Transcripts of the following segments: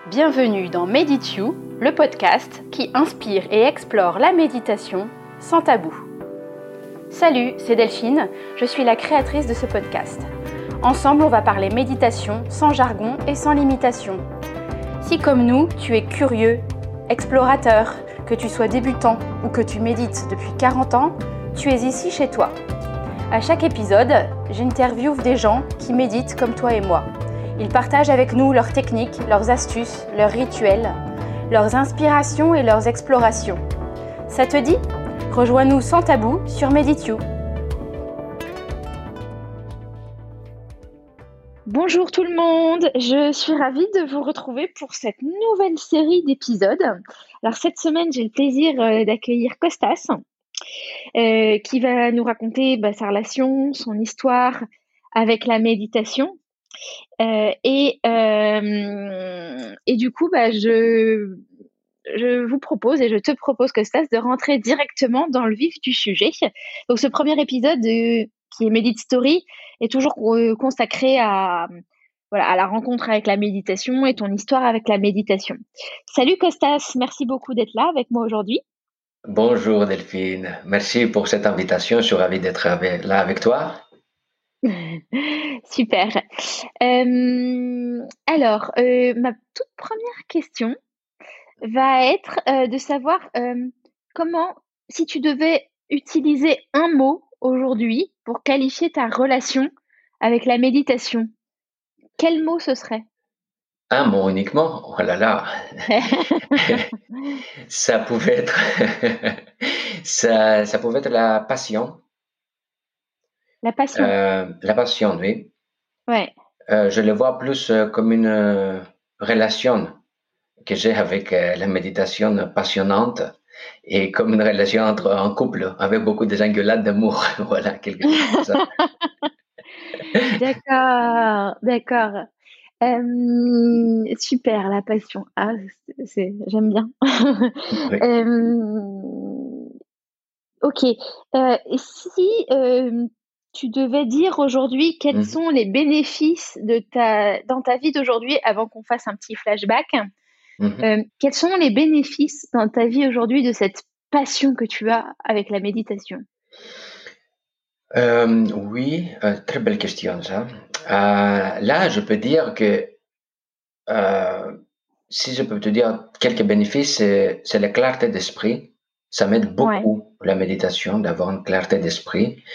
Bienvenue dans Medit You, le podcast qui inspire et explore la méditation sans tabou. Salut, c'est Delphine, je suis la créatrice de ce podcast. Ensemble, on va parler méditation sans jargon et sans limitation. Si comme nous, tu es curieux, explorateur, que tu sois débutant ou que tu médites depuis 40 ans, tu es ici chez toi. À chaque épisode, j'interviewe des gens qui méditent comme toi et moi. Ils partagent avec nous leurs techniques, leurs astuces, leurs rituels, leurs inspirations et leurs explorations. Ça te dit ? Rejoins-nous sans tabou sur Medit You. Bonjour tout le monde, je suis ravie de vous retrouver pour cette nouvelle série d'épisodes. Alors cette semaine, j'ai le plaisir d'accueillir Costas, qui va nous raconter sa relation, son histoire avec la méditation. Et du coup, je vous propose et je te propose, Costas, de rentrer directement dans le vif du sujet. Donc, ce premier épisode qui est Medit Story est toujours consacré à la rencontre avec la méditation et ton histoire avec la méditation. Salut Costas, merci beaucoup d'être là avec moi aujourd'hui. Bonjour Delphine, merci pour cette invitation, je suis ravi d'être là avec toi. Super. Alors, ma toute première question va être de savoir comment, si tu devais utiliser un mot aujourd'hui pour qualifier ta relation avec la méditation, quel mot ce serait? Un mot uniquement? Oh là là, ça pouvait être, ça pouvait être la passion. La passion. La passion, oui. Ouais. Je le vois plus comme une relation que j'ai avec la méditation passionnante et comme une relation entre un couple avec beaucoup d'engueulades d'amour. Voilà, quelque chose comme ça. D'accord. Super, la passion. Ah, j'aime bien. Oui. Ok. Et si tu devais dire aujourd'hui quels sont les bénéfices dans ta vie d'aujourd'hui, avant qu'on fasse un petit flashback, quels sont les bénéfices dans ta vie aujourd'hui de cette passion que tu as avec la méditation? Oui, très belle question ça. Là, je peux dire que si je peux te dire quelques bénéfices, c'est la clarté d'esprit. Ça m'aide beaucoup, la méditation, d'avoir une clarté d'esprit,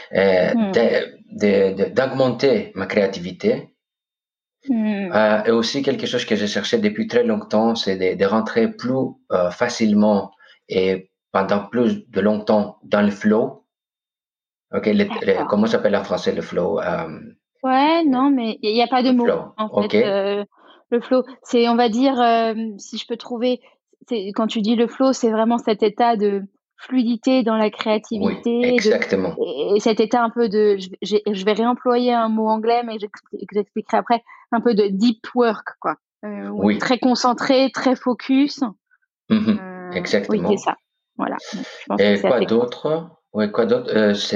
d'augmenter ma créativité. Et aussi quelque chose que j'ai cherché depuis très longtemps, c'est de rentrer plus facilement et pendant plus de longtemps dans le flow. Ok, comment s'appelle en français le flow? Ouais, non, mais il n'y a pas de mots, Flow, en ok. fait. Le flow, c'est, on va dire, si je peux trouver, quand tu dis le flow, c'est vraiment cet état de fluidité dans la Oui, créativité, exactement. et cet état un peu de, je vais réemployer un mot anglais, mais j'expliquerai après, un peu de deep work, quoi. Oui. Très concentré, très focus. Oui, c'est Exactement. ça. Voilà. Donc, je pense que Et c'est quoi assez clair. d'autre? Oui, quoi d'autre?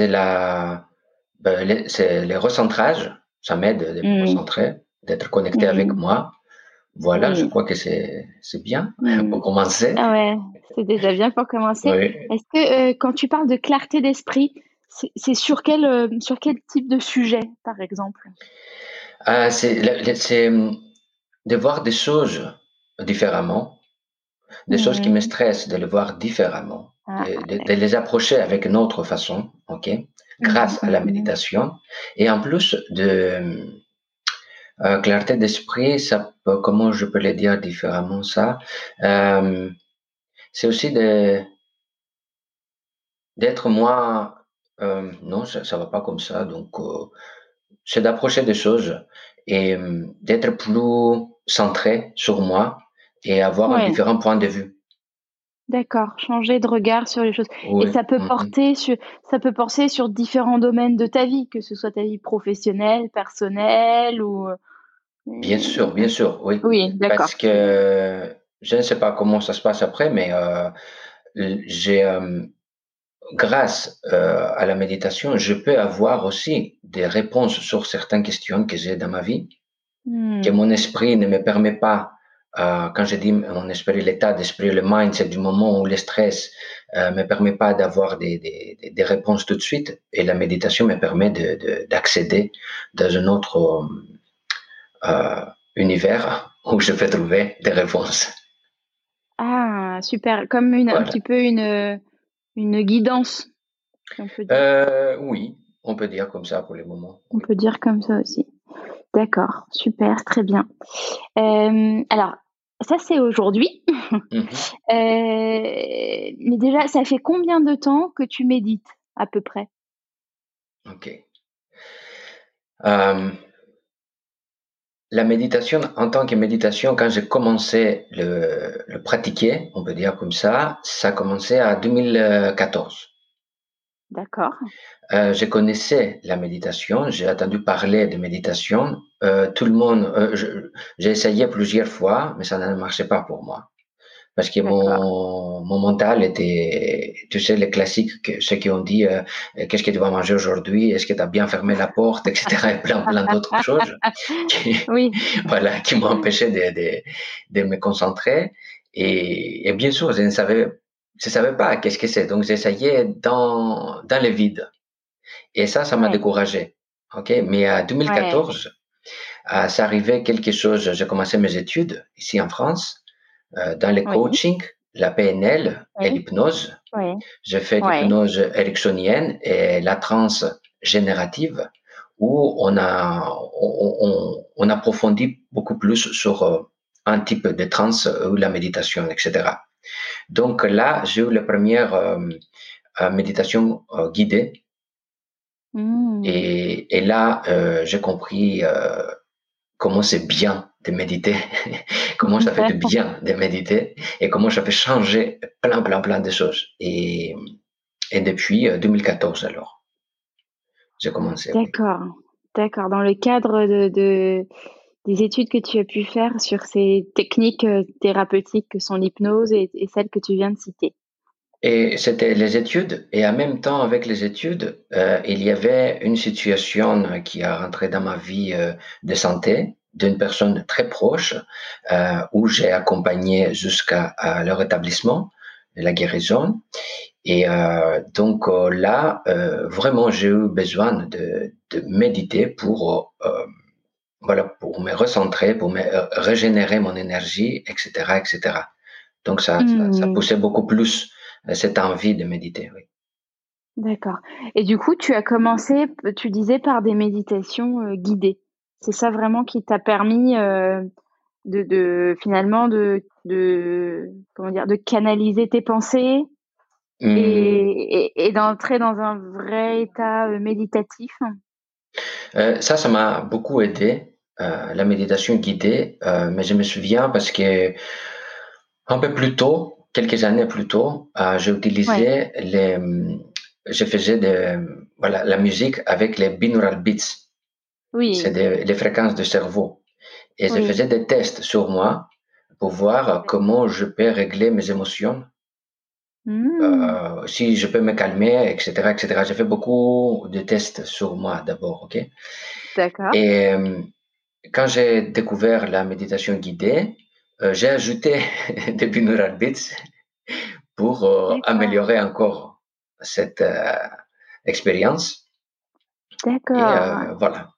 C'est les recentrages. Ça m'aide de me recentrer, d'être connecté avec moi. Voilà, je Oui. crois que c'est bien pour commencer. Ah ouais, c'est déjà bien pour commencer. Oui. Est-ce que quand tu parles de clarté d'esprit, c'est sur quel type de sujet, par exemple? C'est de voir des choses différemment, des choses qui me stressent, de les voir différemment, Ah, de les approcher avec une autre façon, ok, grâce à la mhm. méditation. Et en plus de clarté d'esprit, comment je peux le dire différemment ça? Euh, c'est aussi d'être moins, non, ça va pas comme ça. Donc, c'est d'approcher des choses et d'être plus centré sur moi et avoir un Ouais, différent point de vue. d'accord. Changer de regard sur les choses. Et Oui. ça peut porter sur différents domaines de ta vie, que ce soit ta vie professionnelle, personnelle ou. Bien sûr, oui. Oui, d'accord. Parce que je ne sais pas comment ça se passe après, mais j'ai, grâce à la méditation, je peux avoir aussi des réponses sur certaines questions que j'ai dans ma vie, que mon esprit ne me permet pas quand je dis mon esprit, l'état d'esprit, le mindset du moment où le stress me permet pas d'avoir des réponses tout de suite, et la méditation me permet d'accéder dans un autre univers où je peux trouver des réponses. Ah, super. Comme un Voilà. petit peu une guidance, si on peut dire. Oui, on peut dire comme ça pour le moment. On Oui. peut dire comme ça aussi. D'accord, super, très bien. Alors, ça c'est aujourd'hui. Mhm. Mais déjà, ça fait combien de temps que tu médites à peu près? Ok. Euh, la méditation, en tant que méditation, quand j'ai commencé le pratiquer, on peut dire comme ça a commencé à 2014. D'accord, Je connaissais la méditation, j'ai entendu parler de méditation. Tout le monde, j'ai essayé plusieurs fois, mais ça ne marchait pas pour moi. Parce que d'accord. mon mental était, tu sais, les classiques, ceux qui ont dit, qu'est-ce que tu vas manger aujourd'hui? Est-ce que tu as bien fermé la porte? Etc. Et plein d'autres choses qui, Oui, voilà, qui m'ont empêché de me concentrer. Et bien sûr, je savais pas qu'est-ce que c'est. Donc, j'essayais dans le vide. Et ça m'a ouais, découragé. OK? Mais à ouais, 2014, ça arrivait quelque chose. J'ai commencé mes études ici en France, dans le oui, coaching, la PNL et oui, l'hypnose. oui, J'ai fait ouais. l'hypnose ericksonienne et la transe générative, où on approfondit beaucoup plus sur un type de transe ou la méditation, etc. Donc là, j'ai eu la première méditation guidée. Mmh. Et là, j'ai compris comment c'est bien de méditer, comment ça fait du bien de méditer et comment ça peut changer plein de choses. Et depuis 2014, alors, j'ai commencé, oui. D'accord, d'accord. Dans le cadre des études que tu as pu faire sur ces techniques, thérapeutiques que sont l'hypnose et celles que tu viens de citer? Et c'était les études, et en même temps avec les études, il y avait une situation qui a rentré dans ma vie de santé d'une personne très proche, où j'ai accompagné jusqu'à leur établissement, la guérison. Et donc là, vraiment, j'ai eu besoin de méditer voilà, pour me recentrer, pour me régénérer mon énergie, etc., etc. Donc ça Mmh. poussait beaucoup plus cette envie de méditer. Oui. D'accord et du coup, tu as commencé, tu disais par des méditations, guidées. C'est ça vraiment qui t'a permis, de finalement de comment dire? De canaliser tes pensées Hum, et d'entrer dans un vrai état, méditatif? ça m'a beaucoup aidé, la méditation guidée, mais je me souviens parce que un peu plus tôt, quelques années plus tôt, j'ai Ouais, utilisé je faisais voilà, la musique avec les binaural beats. C'est oui, les fréquences du cerveau. Et je oui. faisais des tests sur moi pour voir Ouais. comment je peux régler mes émotions, Mmh. si je peux me calmer, etc., etc. J'ai fait beaucoup de tests sur moi d'abord, ok? D'accord, Et quand j'ai découvert la méditation guidée, j'ai ajouté des binaural beats pour d'accord, améliorer encore cette expérience. Et d'accord. voilà.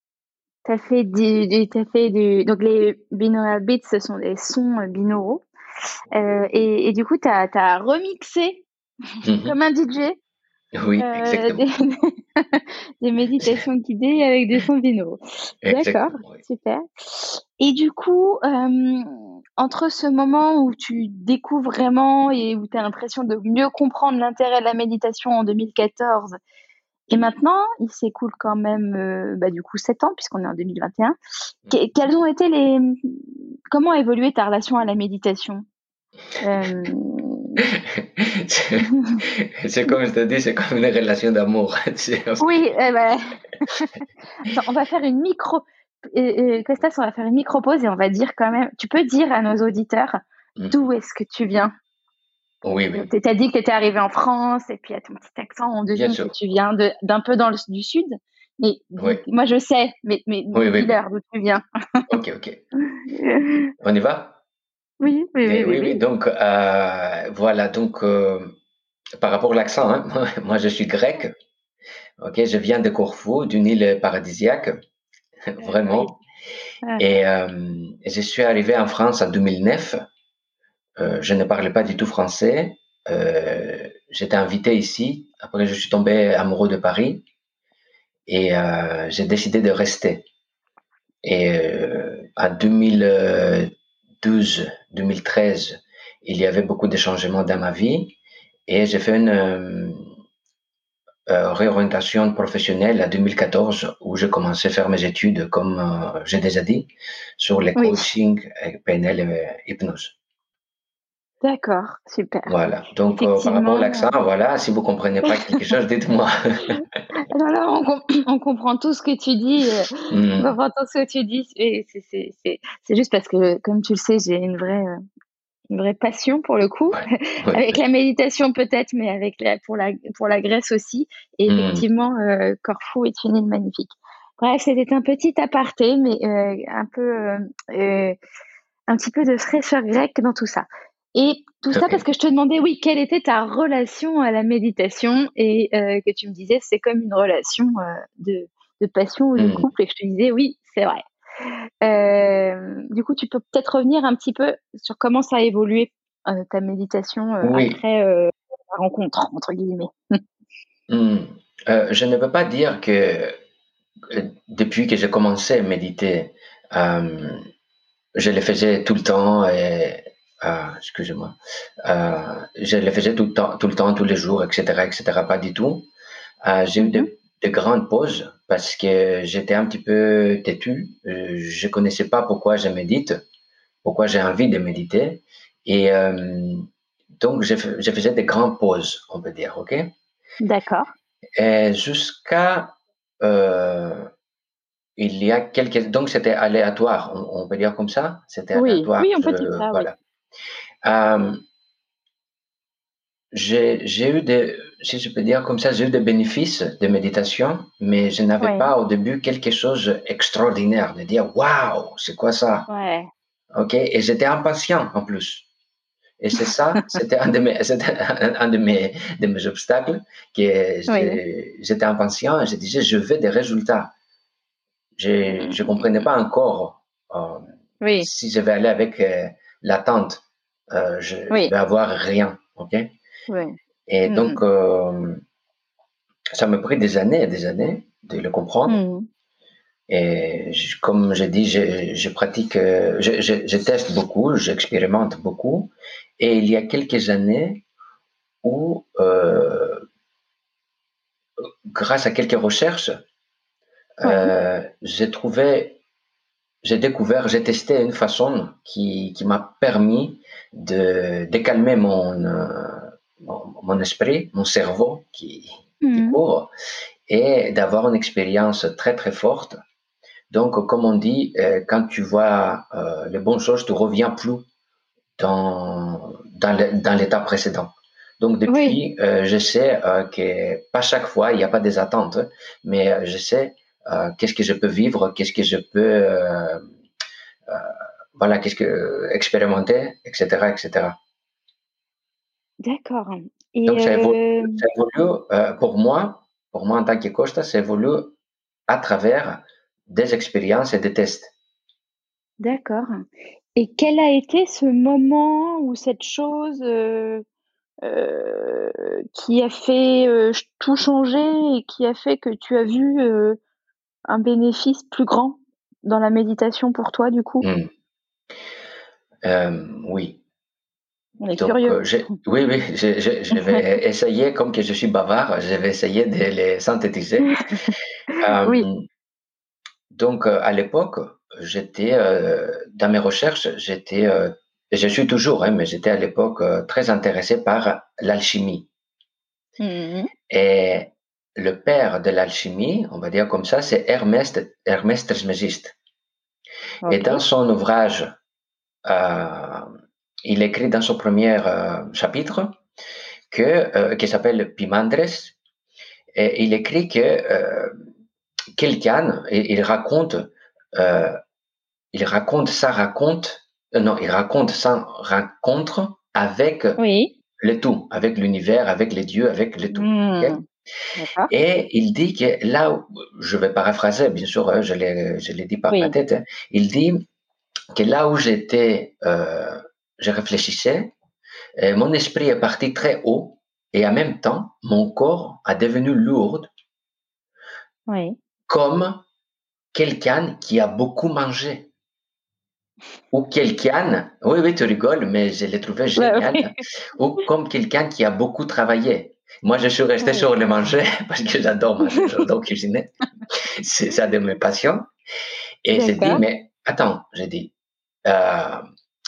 Tu fait du donc les binaural beats, ce sont des sons, binauraux, et du coup, tu as remixé Mhm. comme un DJ, Oui, des exactement. des méditations guidées avec des sons binauraux. D'accord, Exactement, oui. super et du coup, entre ce moment où tu découvres vraiment et où tu as l'impression de mieux comprendre l'intérêt de la méditation en 2014 et maintenant, il s'écoule quand même, bah, du coup 7 ans puisqu'on est en 2021. Quels ont été les comment a évolué ta relation à la méditation? Hem, C'est c'est comme je te dis, c'est comme une relation d'amour. oui, eh bah, attends, on va faire une micro Costas, on va faire une micro pause et on va dire quand même tu peux dire à nos auditeurs Mhm. d'où est-ce que tu viens? Oui, oui, Tu as dit que tu étais arrivé en France et puis à ton petit accent, on bien devine que sûr. tu viens d'un peu dans le du sud, mais Oui, moi je sais, mais oui, oui, oui. dis-leur d'où tu viens. Ok, ok. On y va? Oui, oui, oui, oui, Oui, oui. oui. Donc, voilà. Donc, par rapport à l'accent, hein, moi, je suis grec. Ok, je viens de Corfou, d'une île paradisiaque, Oui. vraiment. Ah, Et je suis arrivé en France en 2009. Je ne parlais pas du tout français. J'étais invité ici. Après, je suis tombé amoureux de Paris et j'ai décidé de rester. Et en 2012, 2013, il y avait beaucoup de changements dans ma vie et j'ai fait une réorientation professionnelle en 2014 où j'ai commencé à faire mes études, comme j'ai déjà dit, sur les oui, coaching, PNL et hypnose. d'accord, super. Voilà. Donc, par rapport à Effectivement, l'accent, voilà, si vous comprenez pas quelque chose, dites-moi. non, non, on comprend tout ce que tu dis, on Hmm. comprend tout ce que tu dis et c'est juste parce que, comme tu le sais, j'ai une vraie passion pour le coup, Ouais. Ouais. avec la méditation peut-être, mais avec pour la Grèce aussi et Hmm. effectivement, Corfou est une île magnifique. Bref, c'était un petit aparté, mais un petit peu de fraîcheur grecque dans tout ça. Et tout ça parce Ok. que je te demandais, oui, quelle était ta relation à la méditation et que tu me disais c'est comme une relation de passion ou de Hmm. couple et que je te disais oui, c'est vrai. Du coup, tu peux peut-être revenir un petit peu sur comment ça a évolué ta méditation Oui. après la rencontre entre guillemets. Hmm. Je ne peux pas dire que depuis que j'ai commencé à méditer, euh, je le faisais tout le temps et excusez-moi, je le faisais tout le temps, tous les jours, etc., etc. Pas du tout. J'ai eu Mhm. de grandes pauses parce que j'étais un petit peu têtu. Je connaissais pas pourquoi je médite, pourquoi j'ai envie de méditer, et donc je faisais des grandes pauses, on peut dire, ok. D'accord. Et jusqu'à il y a quelques donc c'était aléatoire, on peut dire comme ça, c'était Oui, aléatoire. oui, on peut dire ça, oui. Voilà. Euh, j'ai eu des, si je peux dire comme ça, j'ai eu des bénéfices de méditation, mais je n'avais Oui, pas au début quelque chose d'extraordinaire, de dire waouh, c'est quoi ça? ouais. Ok, et j'étais impatient en plus. Et c'est ça, c'était un de mes, c'était un de mes obstacles, que Oui. j'étais impatient et je disais, je veux des résultats. Je comprenais Mmh. pas encore Oui, si je vais aller avec l'attente, je oui, vais avoir rien, ok? oui. Et Mmh donc, mh. ça m'a pris des années de le comprendre. Mmh. Et comme je dis, je pratique, je teste beaucoup, j'expérimente beaucoup. Et il y a quelques années où, grâce à quelques recherches, Oui. j'ai trouvé, j'ai découvert, j'ai testé une façon qui m'a permis de calmer mon esprit, mon cerveau qui Mmh. court et d'avoir une expérience très très forte. Donc, comme on dit, quand tu vois les bonnes choses, tu reviens plus dans l'état précédent. Donc, Oui, depuis, je sais que pas chaque fois, il n'y a pas des attentes, mais je sais qu'est-ce que je peux vivre, qu'est-ce que je peux, voilà, qu'est-ce que expérimenter, etc., etc. d'accord et Donc, ça évolue pour moi en tant que Costa, ça évolue à travers des expériences et des tests. d'accord et quel a été ce moment ou cette chose, qui a fait, ch tout changer et qui a fait que tu as vu, un bénéfice plus grand dans la méditation pour toi, du coup? Hmm. Oui. On est Donc, curieux. oui, oui, je vais essayer, comme que je suis bavard, je vais essayer de les synthétiser. Euh, Oui, donc, à l'époque, j'étais, dans mes recherches, j'étais, et je suis toujours, hein, mais j'étais à l'époque très intéressé par l'alchimie. mmh mh. Et le père de l'alchimie, on va dire comme ça, c'est Hermès Trismégiste. Et dans OK. son ouvrage, euh, il écrit dans son premier chapitre qui s'appelle Pimandres, et il écrit que quelqu'un, il raconte, euh, il raconte, ça raconte Non, il raconte sa rencontre avec Oui. le tout, avec l'univers, avec les dieux, avec le tout. Ok. D'accord. Et il dit que là, je vais paraphraser, bien sûr, hein, je l'ai dit par ma Oui. tête, hein. Il dit que là où j'étais, je réfléchissais, mon esprit est parti très haut et en même temps, mon corps a devenu lourd Oui. comme quelqu'un qui a beaucoup mangé. Ou quelqu'un, oui, oui, tu rigoles, mais je l'ai trouvé Ouais, génial, ouais. hein. Ou comme quelqu'un qui a beaucoup travaillé. Moi, je suis resté Oui. sur le manger parce que j'adore manger, j'adore cuisiner. C'est ça de mes passions. Et j'ai dit, D'accord. mais attends, j'ai dit, euh,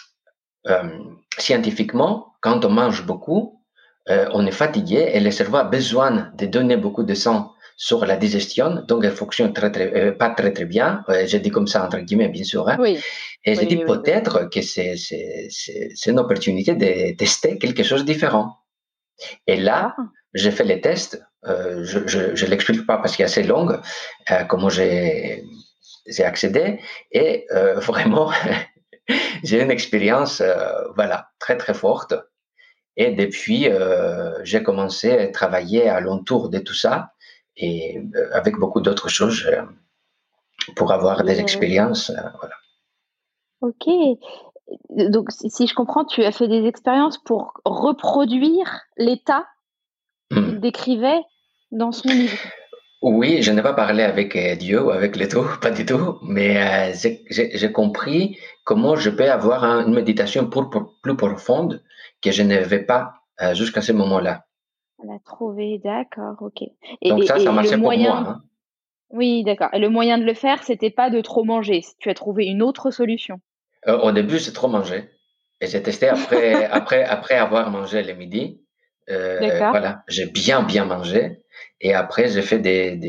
scientifiquement, quand on mange beaucoup, on est fatigué et le cerveau a besoin de donner beaucoup de sang sur la digestion, donc elle fonctionne pas très très bien. J'ai dit comme ça entre guillemets, bien sûr, hein. Oui. Et j'ai Oui, dit oui, oui, oui. peut-être que c'est une opportunité de tester quelque chose de différent. Et là, D'accord. j'ai fait les tests. Je l'explique pas parce qu'il est assez long, comment j'ai accédé. Et vraiment, j'ai une expérience, voilà, très très forte. Et depuis, j'ai commencé à travailler alentour de tout ça et avec beaucoup d'autres choses pour avoir des Et expériences. Voilà. OK. Donc si je comprends, tu as fait des expériences pour reproduire l'état qu'il Hmm. décrivait dans son livre? Oui, je n'ai pas parlé avec Dieu ou avec le tout, pas du tout, mais j'ai compris comment je peux avoir une méditation plus profonde que je ne vais pas jusqu'à ce moment-là. Elle a trouvé, d'accord, OK. Donc ça Et le marchait pour moi, moyen, hein. oui, d'accord, et le moyen de le faire, c'était pas de trop manger, tu as trouvé une autre solution? Au début, j'ai trop mangé et j'ai testé après avoir mangé le midi. D'accord. Voilà, j'ai bien mangé et après j'ai fait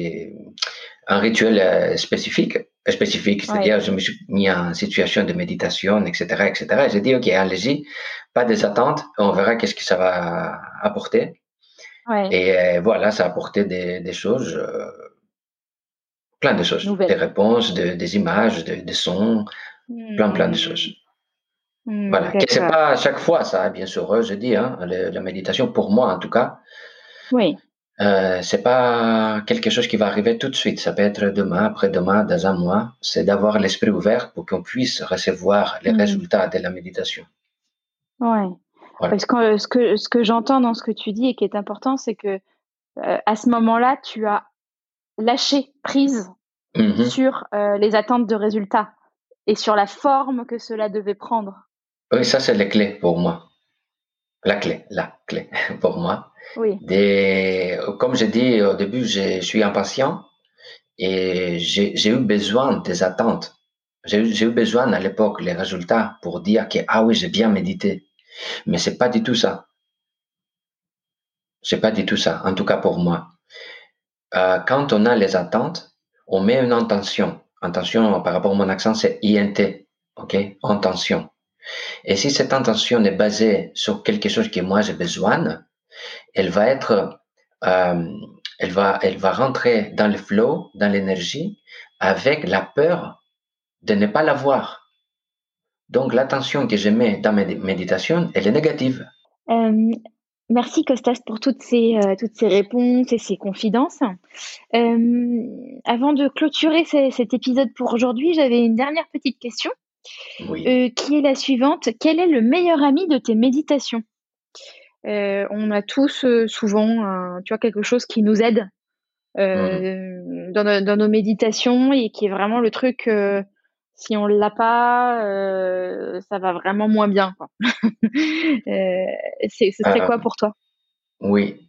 un rituel spécifique, Ouais. c'est-à-dire je me suis mis en situation de méditation, etc., etc. Et j'ai dit, OK, allez-y, pas des attentes, on verra qu'est-ce que ça va apporter. Ouais. Et voilà, ça a apporté des choses, plein de choses, des Nouvelle. réponses, des images, des sons, plein de choses. Mmh. Mmh, Voilà, que c'est d'accord. pas à chaque fois ça, bien sûr, je dis, hein, la méditation, pour moi en tout cas, Oui. c'est pas quelque chose qui va arriver tout de suite. Ça peut être demain, après-demain, dans un mois. C'est d'avoir l'esprit ouvert pour qu'on puisse recevoir les Mmh. résultats de la méditation. Ouais. Voilà. Parce que ce que j'entends dans ce que tu dis et qui est important, c'est que, à ce moment-là, tu as lâché prise Mhm. sur, les attentes de résultats et sur la forme que cela devait prendre. Oui, ça c'est la clé pour moi. La clé pour moi. Oui. Comme j'ai dit au début, je suis impatient et j'ai eu besoin des attentes. J'ai eu besoin à l'époque les résultats pour dire que ah oui, j'ai bien médité. Mais c'est pas du tout ça. C'est pas du tout ça. En tout cas pour moi. Quand on a les attentes, on met une intention. Intention, par rapport à mon accent, c'est INT. OK? Intention. Et si cette intention est basée sur quelque chose que moi j'ai besoin, elle va être, euh, elle va rentrer dans le flow, dans l'énergie, avec la peur de ne pas l'avoir. Donc l'attention que je mets dans mes méditations, elle est négative. Hem, Merci Costas pour toutes ces réponses et ces confidences. Avant de clôturer cet épisode pour aujourd'hui, j'avais une dernière petite question, Oui. qui est la suivante: quel est le meilleur ami de tes méditations? On a tous, souvent tu vois, quelque chose qui nous aide, Mhm. dans nos méditations et qui est vraiment le truc, si on l'a pas, ça va vraiment moins bien, quoi. Heu, ce serait quoi Euh, pour toi? oui.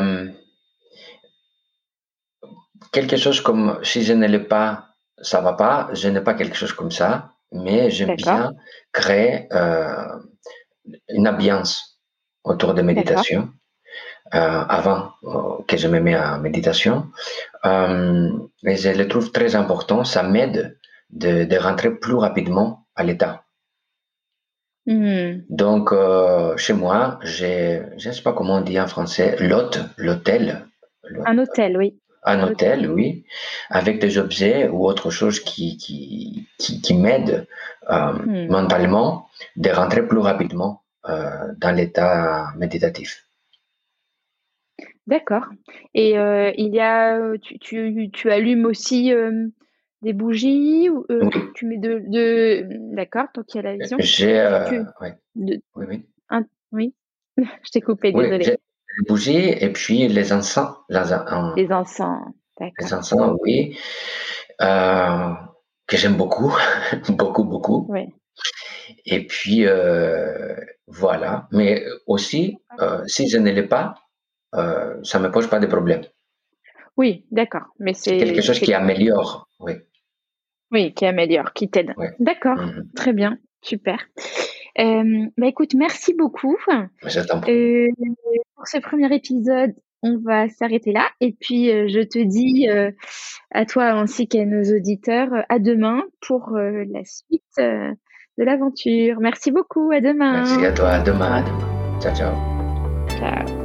Quelque chose comme si je ne l'ai pas, ça va pas. Je n'ai pas quelque chose comme ça, mais j'aime D'accord, bien créer une ambiance autour de d'accord. méditation avant que je me mette en méditation. Et je le trouve très important. Ça m'aide de rentrer plus rapidement à l'état. Mmh. Donc, chez moi, j'ai, je ne sais pas comment on dit en français, l'hôtel. Un hôtel, oui. Un hôtel, oui, avec des objets ou autre chose qui m'aident mentalement de rentrer plus rapidement dans l'état méditatif. D'accord. Et il y a, tu allumes aussi des bougies ou Oui, tu mets d'accord, tant qu'il y a la vision. j'ai, Tu, ouais, de, oui, oui. oui, je t'ai coupé, Oui, désolée. j'ai les bougies et puis les encens, Les encens, les d'accord. encens, oui, euh, que j'aime beaucoup, beaucoup, beaucoup. Oui. Et puis, voilà. Mais aussi, si je ne l'ai pas, ça ne me pose pas de problème. Oui, d'accord. Mais C'est quelque chose qui améliore. Oui, oui, qui améliore, qui t'aide. oui. D'accord, Mhm. très bien, super. Écoute, merci beaucoup. Je t'en prie. Pour ce premier épisode, on va s'arrêter là. Et puis, je te dis à toi ainsi qu'à nos auditeurs, à demain pour la suite de l'aventure. Merci beaucoup, à Merci demain. à toi. À demain. À demain. Ciao, ciao. Ciao.